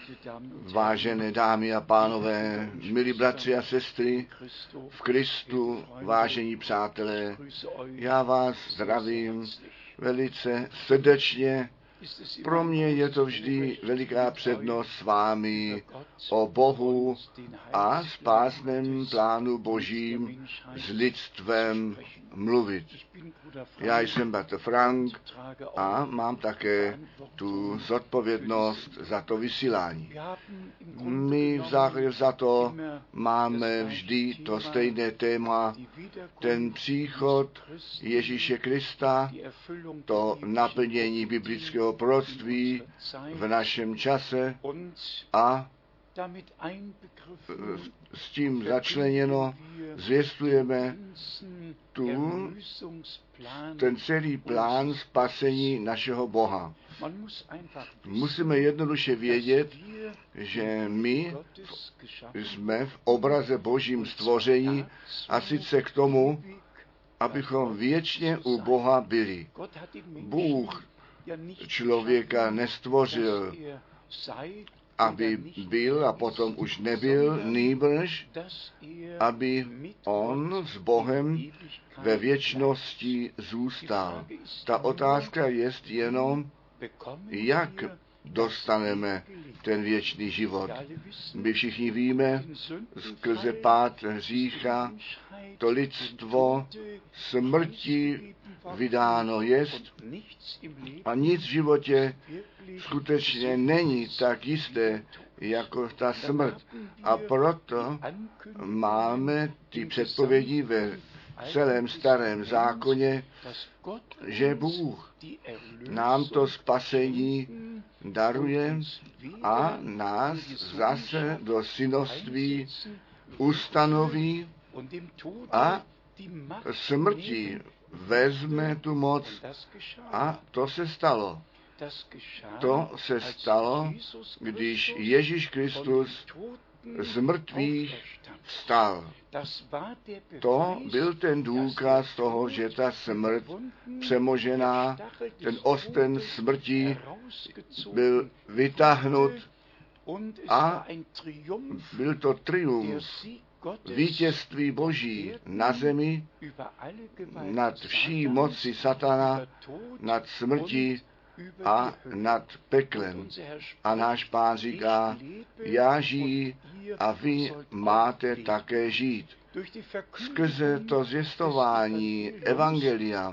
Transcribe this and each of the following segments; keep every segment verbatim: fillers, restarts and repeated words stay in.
Vážené dámy a pánové, milí bratři a sestry v Kristu, vážení přátelé, já vás zdravím velice srdečně. Pro mě je to vždy veliká přednost s vámi o Bohu a spásném plánu Božím s lidstvem mluvit. Já jsem bratr Frank a mám také tu zodpovědnost za to vysílání. My v zásadě za to máme vždy to stejné téma, ten příchod Ježíše Krista, to naplnění biblického proroctví v našem čase a s tím začleněno zvěstujeme tu, ten celý plán spasení našeho Boha. Musíme jednoduše vědět, že my jsme v obraze Božím stvoření a sice k tomu, abychom věčně u Boha byli. Bůh člověka nestvořil, aby byl a potom už nebyl, nýbrž, aby on s Bohem ve věčnosti zůstal. Ta otázka je jenom, jak dostaneme ten věčný život. My všichni víme, skrze pád hřícha to lidstvo smrti vydáno jest a nic v životě skutečně není tak jisté, jako ta smrt. A proto máme ty předpovědi ve celém starém zákoně, že Bůh nám to spasení daruje a nás zase do synoství ustanoví a smrti vezme tu moc a to se stalo. To se stalo, když Ježíš Kristus z mrtvých vstal. To byl ten důkaz toho, že ta smrt přemožená, ten osten smrti byl vytáhnut a byl to triumf, vítězství Boží na zemi nad vší moci satana, nad smrtí a nad peklem. A náš Pán říká, já žiji a vy máte také žít. Skrze to zvěstování evangelia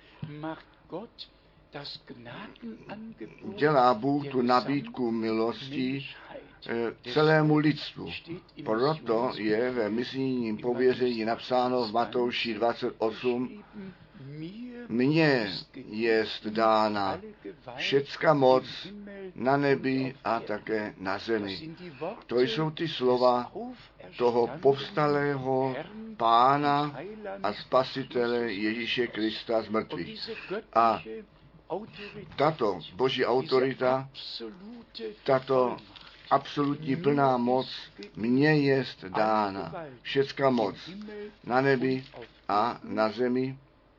dělá Bůh tu nabídku milosti celému lidstvu. Proto je ve misijním pověření napsáno v Matouši dvacet osm, mně jest dána všecka moc na nebi a také na zemi. To jsou ty slova toho povstalého Pána a Spasitele Ježíše Krista z mrtvých. A tato Boží autorita, tato absolutní plná moc mně jest dána. Všecka moc na nebi a na zemi,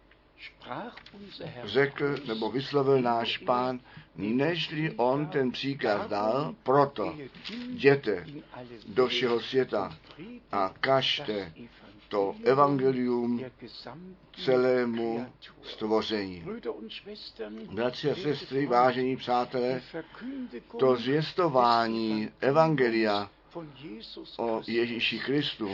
řekl nebo vyslovil náš Pán, nežli on ten příkaz dal, proto jděte do všeho světa a kažte to evangelium celému stvoření. Bratři a sestry, vážení přátelé, to zvěstování evangelia o Ježíši Kristu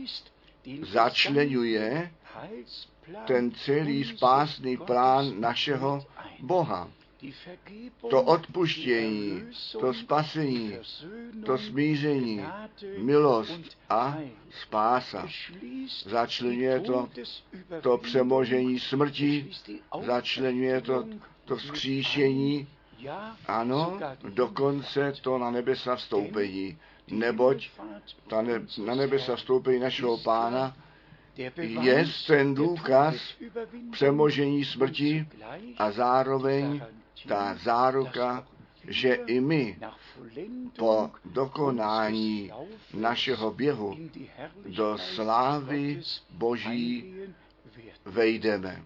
začleňuje ten celý spásný plán našeho Boha. To odpuštění, to spasení, to smíření, milost a spása. Začleňuje to to přemožení smrti, začleňuje to to vzkříšení, ano, dokonce to na nebesa vstoupení, neboť ta ne, na nebesa vstoupení našeho Pána je ten důkaz přemožení smrti a zároveň ta záruka, že i my po dokonání našeho běhu do slávy Boží vejdeme.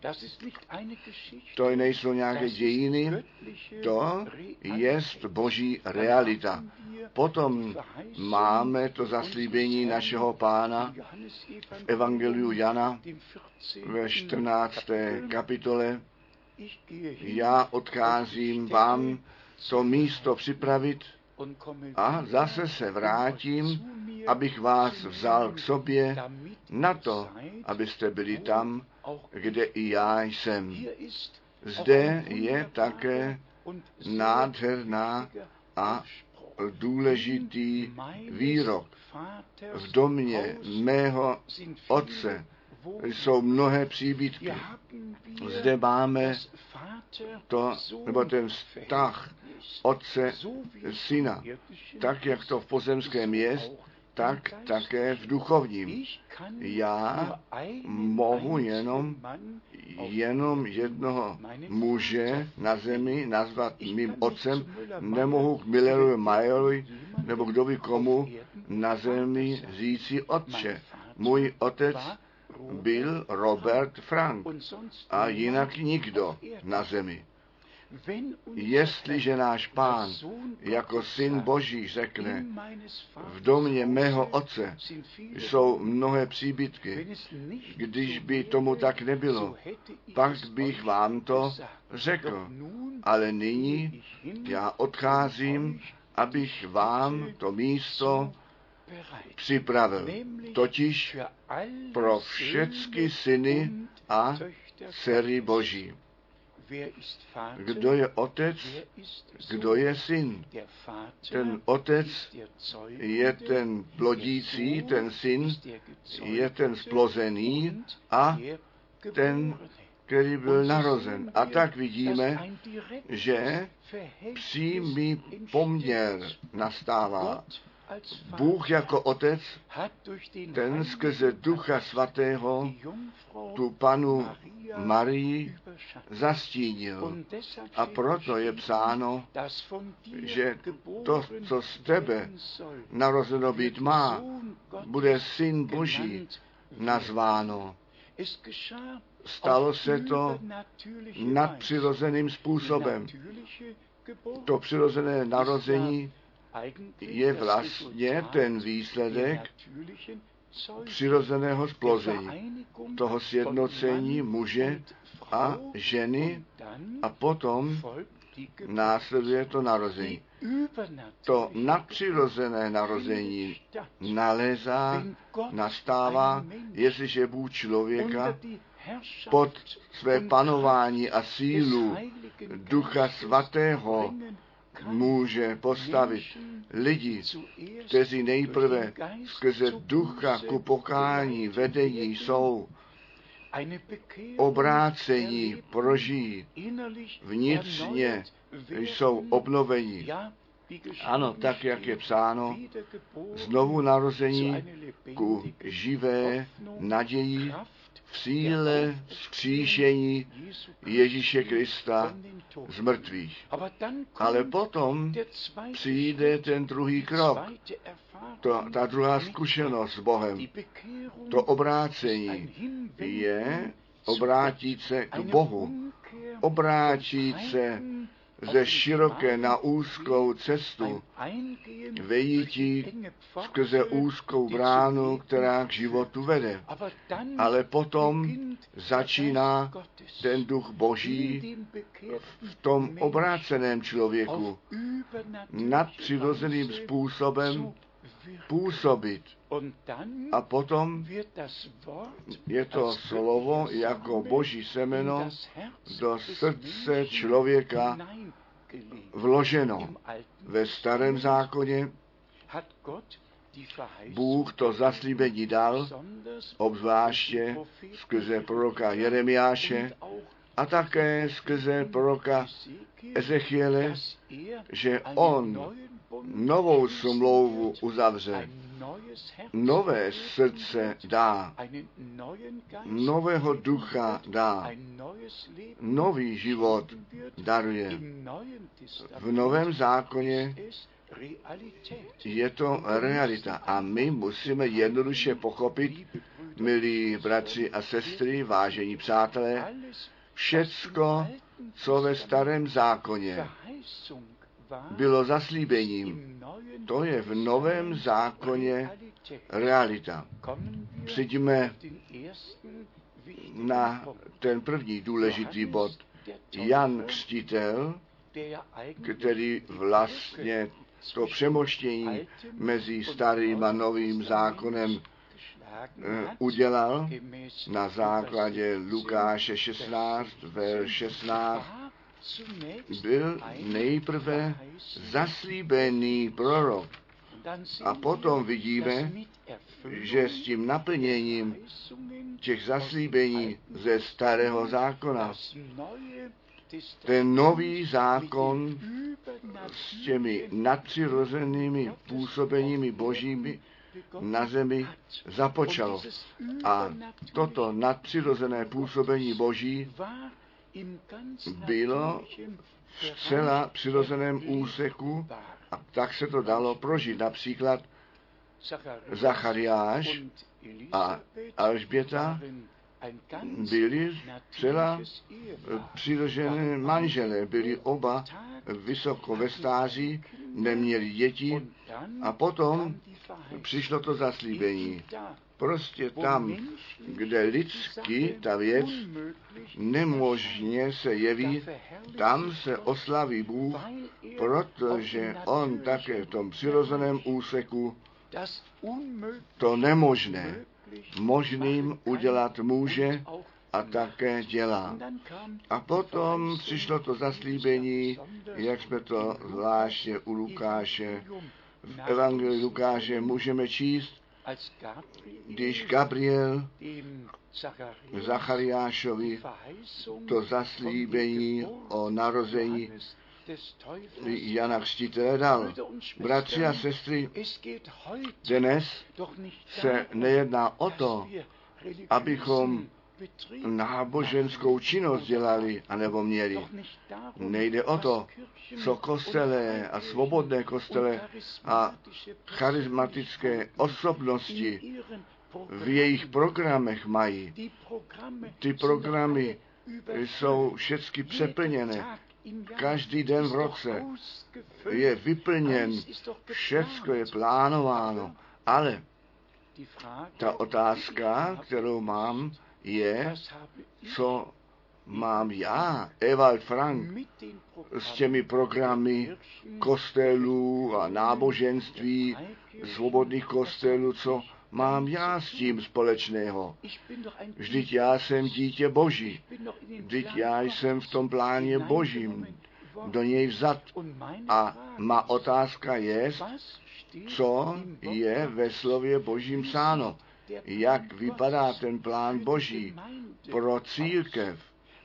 To nejsou nějaké dějiny, to je boží realita. Potom máme to zaslíbení našeho Pána v Evangeliu Jana ve čtrnácté kapitole. Já odcházím vám to místo připravit a zase se vrátím, abych vás vzal k sobě na to, abyste byli tam, kde i já jsem. Zde je také nádherná a důležitý výrok. V domě mého otce jsou mnohé příbytky. Zde máme to, nebo ten vztah otce, syna, tak, jak to v pozemském je, tak také v duchovním. Já mohu jenom, jenom jednoho muže na zemi nazvat mým otcem, nemohu k Millerovi Mayerovi nebo kdo by komu na zemi říci otče. Můj otec byl Robert Frank a jinak nikdo na zemi. Jestliže náš Pán jako Syn Boží řekne, v domě mého otce jsou mnohé příbytky, když by tomu tak nebylo, pak bych vám to řekl. Ale nyní já odcházím, abych vám to místo připravil, totiž pro všechny syny a dcery Boží. Kdo je otec, kdo je syn? Ten otec je ten plodící, ten syn je ten splozený a ten, který byl narozen. A tak vidíme, že přímý poměr nastává. Bůh jako otec, ten skrze Ducha Svatého tu panu Marii zastínil. A proto je psáno, že to, co z tebe narozeno být má, bude Syn Boží nazváno. Stalo se to nadpřirozeným způsobem. To přirozené narození je vlastně ten výsledek přirozeného splození, toho sjednocení muže a ženy a potom následuje to narození. To nadpřirozené narození nalézá, nastává, jestliže Bůh člověka pod své panování a sílu Ducha Svatého může postavit lidi, kteří nejprve skrze ducha ku pokání vedení jsou, obrácení prožijí, vnitřně jsou obnoveni. Ano, tak, jak je psáno, znovu narození ku živé naději v síle vzkříšení Ježíše Krista z mrtvých. Ale potom přijde ten druhý krok, to, ta druhá zkušenost s Bohem. To obrácení je obrátit se k Bohu, obrátit se ze široké na úzkou cestu, vejítí skrze úzkou bránu, která k životu vede. Ale potom začíná ten duch Boží v tom obráceném člověku nadpřirozeným způsobem působit. A potom je to slovo jako Boží semeno do srdce člověka vloženo. Ve Starém zákoně Bůh to zaslíbení dal, obzvláště skrze proroka Jeremiáše a také skrze proroka Ezechiele, že on novou smlouvu uzavře, nové srdce dá, nového ducha dá, nový život daruje. V Novém zákoně Je to realita a my musíme jednoduše pochopit, milí bratři a sestry, vážení přátelé, všecko, co ve starém zákoně bylo zaslíbením, to je v novém zákoně realita. Přijďme na ten první důležitý bod. Jan Křtitel, který vlastně to přemoštění mezi starým a novým zákonem udělal na základě Lukáše šestnáct, verš šestnáct, byl nejprve zaslíbený prorok. A potom vidíme, že s tím naplněním těch zaslíbení ze starého zákona, ten nový zákon s těmi nadpřirozenými působeními božími na zemi započalo. A toto nadpřirozené působení boží bylo v zcela přirozeném úseku a tak se to dalo prožít. Například Zachariáš a Alžběta byli zcela přirozené manželé, byli oba vysoko ve stáří, neměli děti a potom přišlo to zaslíbení. Prostě tam, kde lidsky ta věc nemožně se jeví, tam se oslaví Bůh, protože on také v tom přirozeném úseku to nemožné možným udělat může a také dělá. A potom přišlo to zaslíbení, jak jsme to zvláště u Lukáše, v Evangeliu Lukáše můžeme číst, když Gabriel Zachariášovi to zaslíbení o narození Jana Křtitele dal. Bratři a sestry, dnes se nejedná o to, abychom náboženskou činnost dělali anebo měli. Nejde o to, co kostele a svobodné kostele a charismatické osobnosti v jejich programech mají. Ty programy jsou všechny přeplněné. Každý den v roce je vyplněn, všecko je plánováno, ale ta otázka, kterou mám, je, co mám já, Ewald Frank, s těmi programy kostelů a náboženství, svobodných kostelů, co mám já s tím společného? Vždyť já jsem dítě Boží. Vždyť já jsem v tom pláně Božím do něj vzat. A má otázka je, co je ve slově Božím psáno. Jak vypadá ten plán Boží pro církev?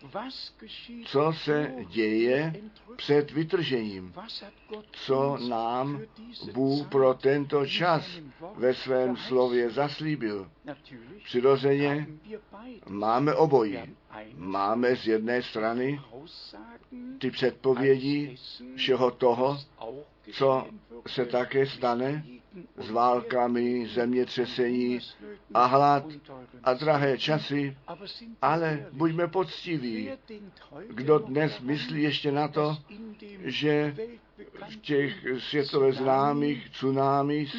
Co se děje před vytržením? Co nám Bůh pro tento čas ve svém slově zaslíbil? Přirozeně máme obojí. Máme z jedné strany ty předpovědi všeho toho, co se také stane s válkami, zemětřesení a hlad a drahé časy, ale buďme poctiví. Kdo dnes myslí ještě na to, že v těch světově známých tsunámích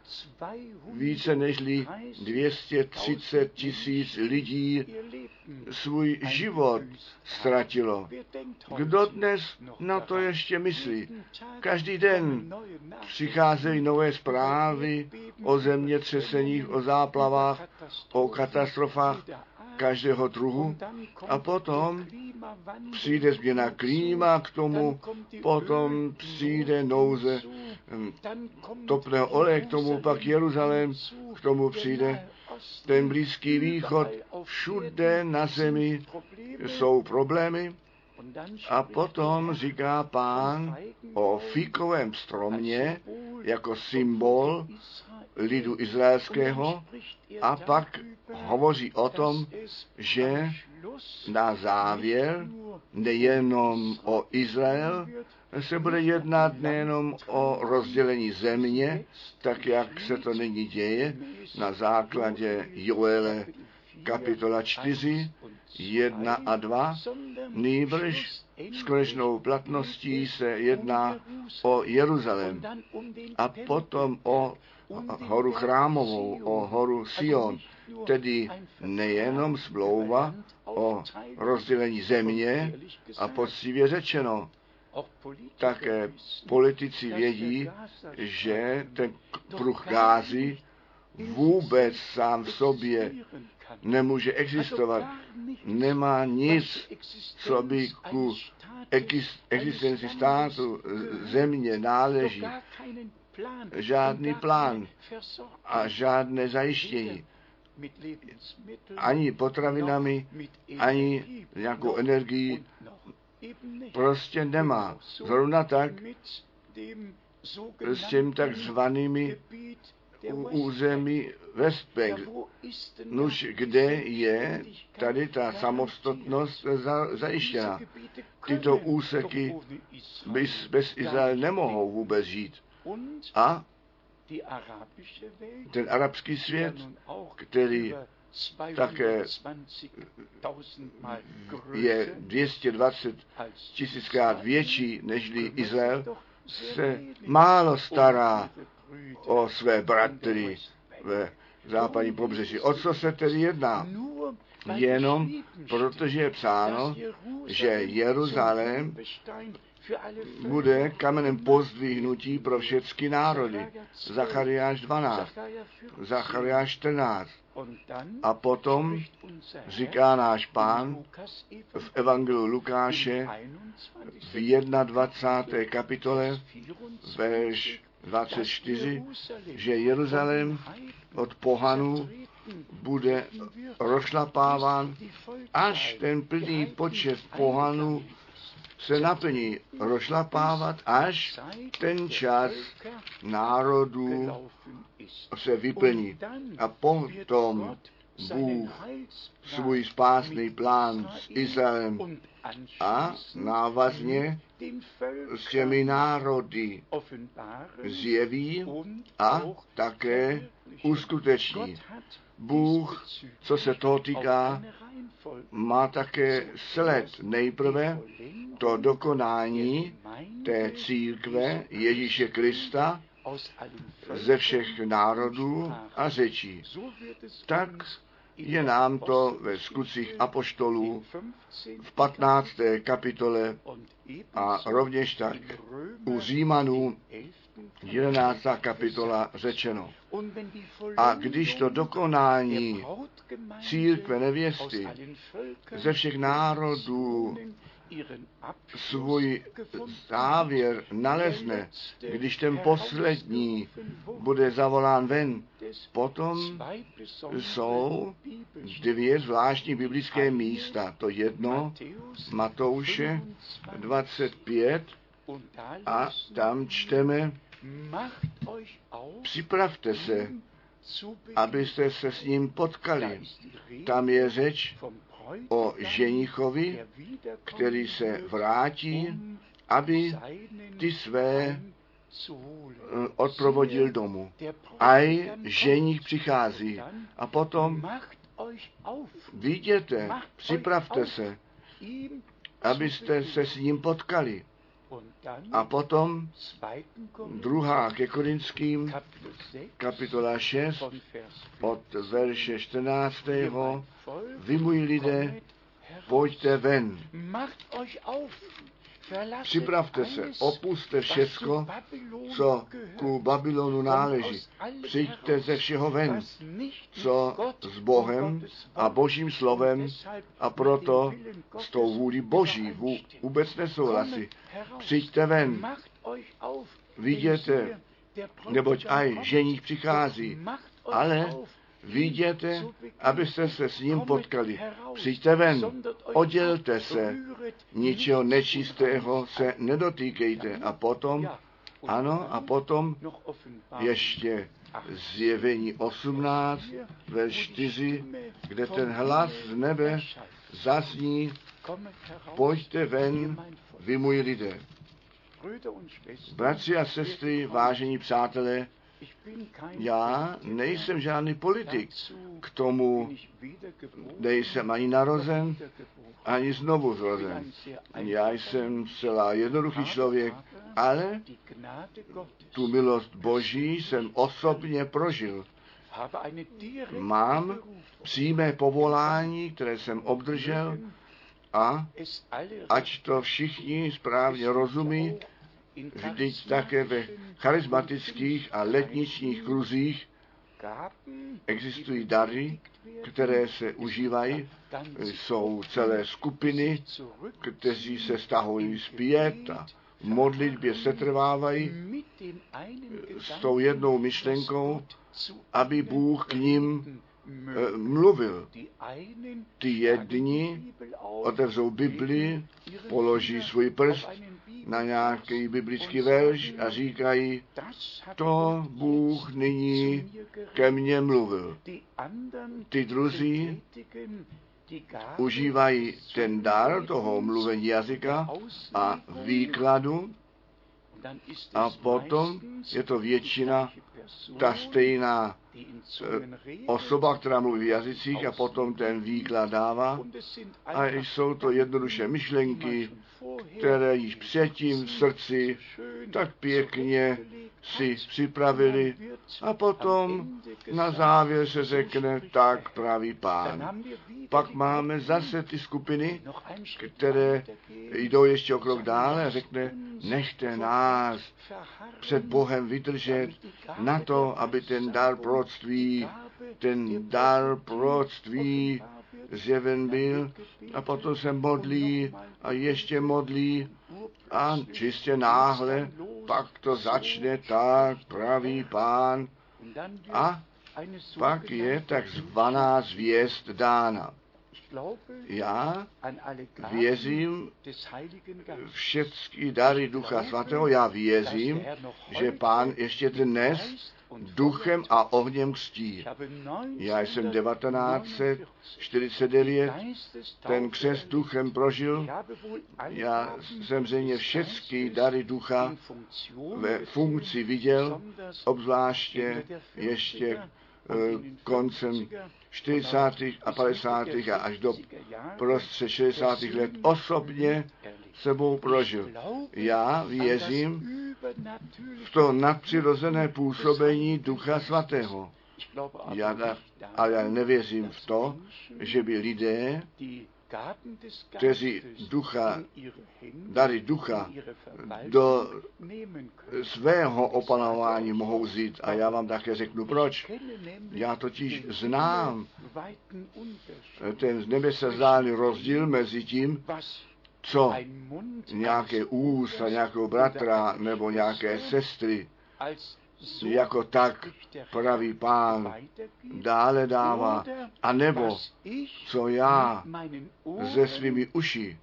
více než dvě stě třicet tisíc lidí svůj život ztratilo. Kdo dnes na to ještě myslí? Každý den přicházejí nové zprávy o zemětřeseních, o záplavách, o katastrofách každého druhu a potom přijde změna klíma k tomu, potom přijde nouze topného oleje k tomu, pak Jeruzalém, k tomu přijde ten Blízký východ. Všude na zemi jsou problémy a potom říká Pán o fíkovém stromě jako symbol lidu izraelského a pak hovoří o tom, že na závěr nejenom o Izrael se bude jednat nejenom o rozdělení země, tak jak se to nyní děje, na základě Joele kapitola čtyři, jedna a dva, nýbrž s konečnou platností se jedná o Jeruzalém a potom o horu chrámovou, o horu Sion, tedy nejenom smlouva o rozdělení země a poctivě řečeno, také politici vědí, že ten pruh Gázy vůbec sám v sobě nemůže existovat. Nemá nic, co by ku existenci státu země náleží. Žádný plán a žádné zajištění. Ani potravinami, ani nějakou energií prostě nemá. Zrovna tak s těmi takzvanými území Westbank. Nuž, kde je tady ta samostatnost za, zajištěna? Tyto úseky bez, bez Izrael nemohou vůbec žít. A ten arabský svět, který také je dvě stě dvacet tisíckrát větší než Izrael, se málo stará o své bratry ve západním pobřeží. O co se tedy jedná? Jenom protože je psáno, že Jeruzalém bude kamenem pozdvihnutí pro všechny národy. Zachariáš dvanáct, Zachariáš čtrnáct. A potom říká náš Pán v Evangeliu Lukáše v dvacáté první kapitole, verš dvacet čtyři, že Jeruzalém od pohanů bude rozšlapáván, až ten plný počet pohanů se naplní, rozšlapávat, až ten čas národů se vyplní. A potom Bůh svůj spásný plán s Izraelem a návazně s těmi národy zjeví a také uskuteční. Bůh, co se toho týká, má také sled. Nejprve to dokonání té církve Ježíše Krista ze všech národů a řečí. Tak je nám to ve Skutcích apoštolů v patnácté kapitole a rovněž tak u Římanů jedenáctá kapitola řečeno. A když to dokonání církve nevěsty ze všech národů svůj závěr nalezne, když ten poslední bude zavolán ven, potom jsou dvě zvláštní biblické místa. To jedno, Matouše dvacet pět, a tam čteme: připravte se, abyste se s ním potkali. Tam je řeč o ženichovi, který se vrátí, aby ty své odprovodil domů. Aj ženich přichází. A potom viděte, připravte se, abyste se s ním potkali. A potom druhá ke Korinským, kapitola šest, od verše čtrnáctého. Vy, můj lidé, pojďte ven. Připravte se, opuste všecko, co ku Babylonu náleží. Přijďte ze všeho ven, co s Bohem a Božím slovem a proto s tou vůlí Boží vůbec nesouhlasí. Přijďte ven, viděte, neboť aj ženich přichází, ale viděte, abyste se s ním potkali. Přijďte ven, oddělte se, ničeho nečistého se nedotýkejte. A potom, ano, a potom ještě Zjevení osmnáct, verš čtyři, kde ten hlas z nebe zazní: pojďte ven, vy, můj lidé. Bratři a sestry, vážení přátelé, já nejsem žádný politik. K tomu nejsem ani narozen, ani znovu zrozen. Já jsem celá jednoduchý člověk, ale tu milost Boží jsem osobně prožil. Mám přímé povolání, které jsem obdržel, a ať to všichni správně rozumí, vždyť také ve charismatických a letničních kruzích existují dary, které se užívají. Jsou celé skupiny, kteří se stahují zpět a v modlitbě setrvávají s tou jednou myšlenkou, aby Bůh k ním e, mluvil. Ty jedni otevřou Bibli, položí svůj prst na nějaký biblický verš a říkají, to Bůh nyní ke mně mluvil. Ty druzí užívají ten dar toho mluvení jazyka a výkladu, a potom je to většina ta stejná osoba, která mluví v jazycích, a potom ten výklad dává. A jsou to jednoduše myšlenky, které již předtím v srdci tak pěkně si připravili, a potom na závěr se řekne, tak praví Pán. Pak máme zase ty skupiny, které jdou ještě o krok dále a řekne, nechte nás před Bohem vydržet na to, aby ten dar proroctví, ten dar proroctví zjeven byl, a potom se modlí a ještě modlí a čistě náhle pak to začne, tak praví Pán, a pak je takzvaná zvěst dána. Já věřím všechny dary Ducha Svatého, já věřím, že Pán ještě dnes duchem a ohněm křtí. Já jsem devatenáct set čtyřicet devět ten křest duchem prožil. Já jsem zřejmě všechny dary ducha ve funkci viděl, obzvláště ještě koncem čtyřicátých a padesátých a až do prostřed šedesátých let osobně sebou prožil. Já věřím v to nadpřirozené působení Ducha Svatého. Já, ale já nevěřím v to, že by lidé, kteří ducha, dary ducha do svého opanování mohou vzít. A já vám také řeknu proč. Já totiž znám ten z nebe se vzdálený rozdíl mezi tím, co nějaké ústa nějakého bratra nebo nějaké sestry jako tak praví Pán dále dává, a nebo co já ze svými uši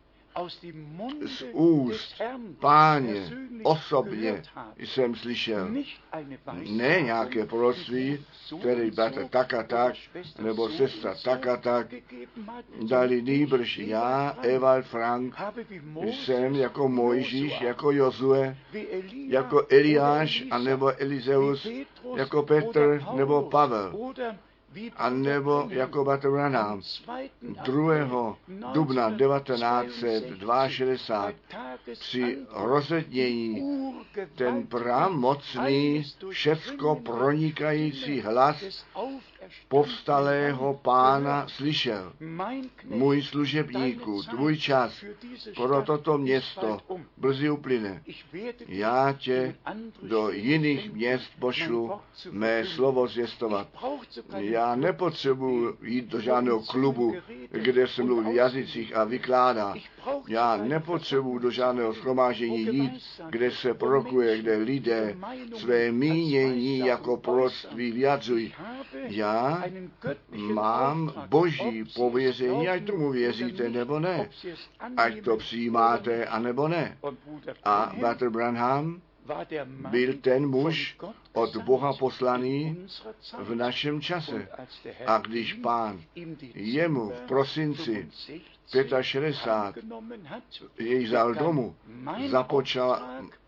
z úst Páně osobně jsem slyšel. Ne nějaké proroctví, které bratr tak a tak, nebo sestra tak a tak, dali nýbrž já, Ewald Frank, jsem jako Mojžíš, jako Jozue, jako Eliáš, anebo Elizeus, jako Petr, nebo Pavel, a nebo jako bratr Branham druhého dubna devatenáct set šedesát dva při rozednění ten pravomocný, všecko pronikající hlas povstalého Pána slyšel. Můj služebníku, tvůj čas pro toto město brzy uplyne. Já tě do jiných měst pošlu mé slovo zvěstovat. Já nepotřebuji jít do žádného klubu, kde se mluví v jazycích a vykládá. Já nepotřebuji do žádného shromáždění jít, kde se prorokuje, kde lidé své mínění jako proroctví vyjadřují. Já mám Boží pověření, ať tomu věříte nebo ne. Ať to přijímáte a nebo ne. A bratr Branham byl ten muž od Boha poslaný v našem čase. A když Pán jemu v prosinci šedesát pět jej vzal domů, započal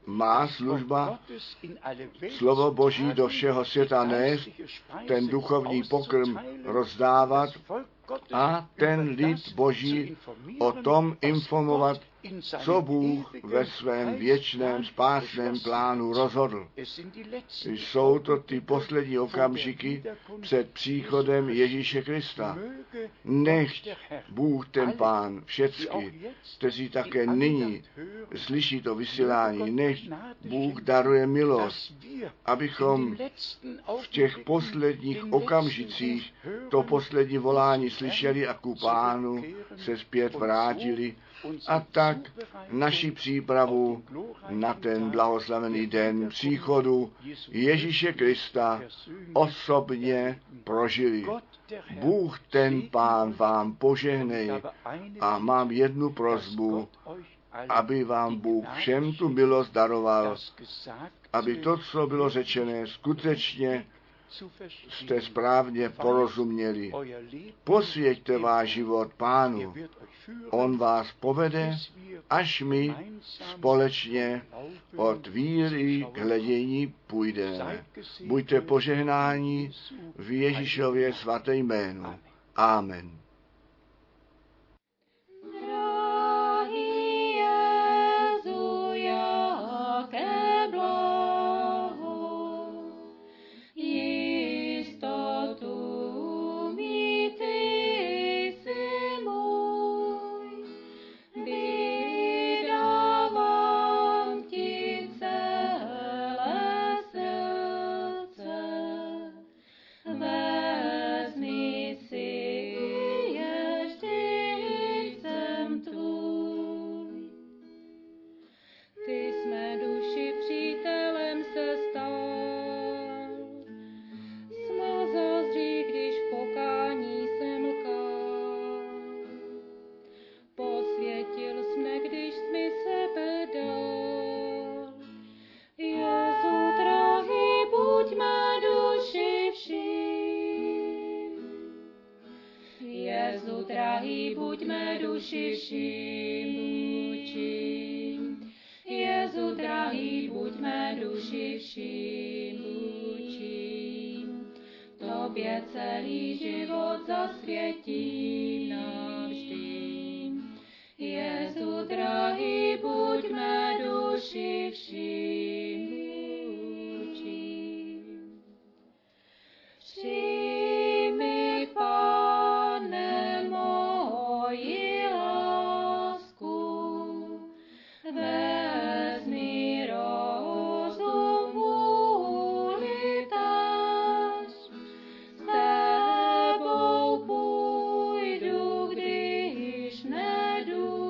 má služba slovo Boží do všeho světa nést, ten duchovní pokrm rozdávat a ten lid Boží o tom informovat, co Bůh ve svém věčném spásném plánu rozhodl. Jsou to ty poslední okamžiky před příchodem Ježíše Krista. Nechť Bůh ten Pán všecky, kteří také nyní slyší to vysílání, nechť Bůh daruje milost, abychom v těch posledních okamžicích to poslední volání slyšeli a ku Pánu se zpět vrátili a tak naši přípravu na ten blahoslavený den příchodu Ježíše Krista osobně prožili. Bůh ten Pán vám požehnej a mám jednu prosbu, aby vám Bůh všem tu milost daroval, aby to, co bylo řečené, skutečně jste správně porozuměli. Posvěťte váš život Pánu. On vás povede, až my společně od víry k hledění půjdeme. Buďte požehnáni v Ježíšově svaté jménu. Amen. drahý, buďme duši vším vůči. Jezu drahý, buďme duši vším vůči. Tobě celý život zasvětím navždy. Jezu drahý, buďme duši vším vůči. Přijmi, Pane, moji lásku, vezmi rozum, vůli též. S tebou půjdu, když ne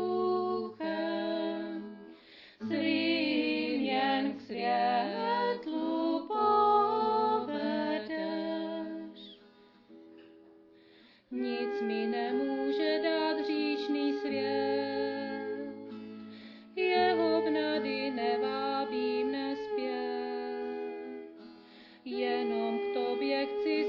duchem, svým jen k světlu povedeš. Nic mi nemůže dát hříšný svět, jeho vnady nevábí mne zpět. Jenom k tobě chci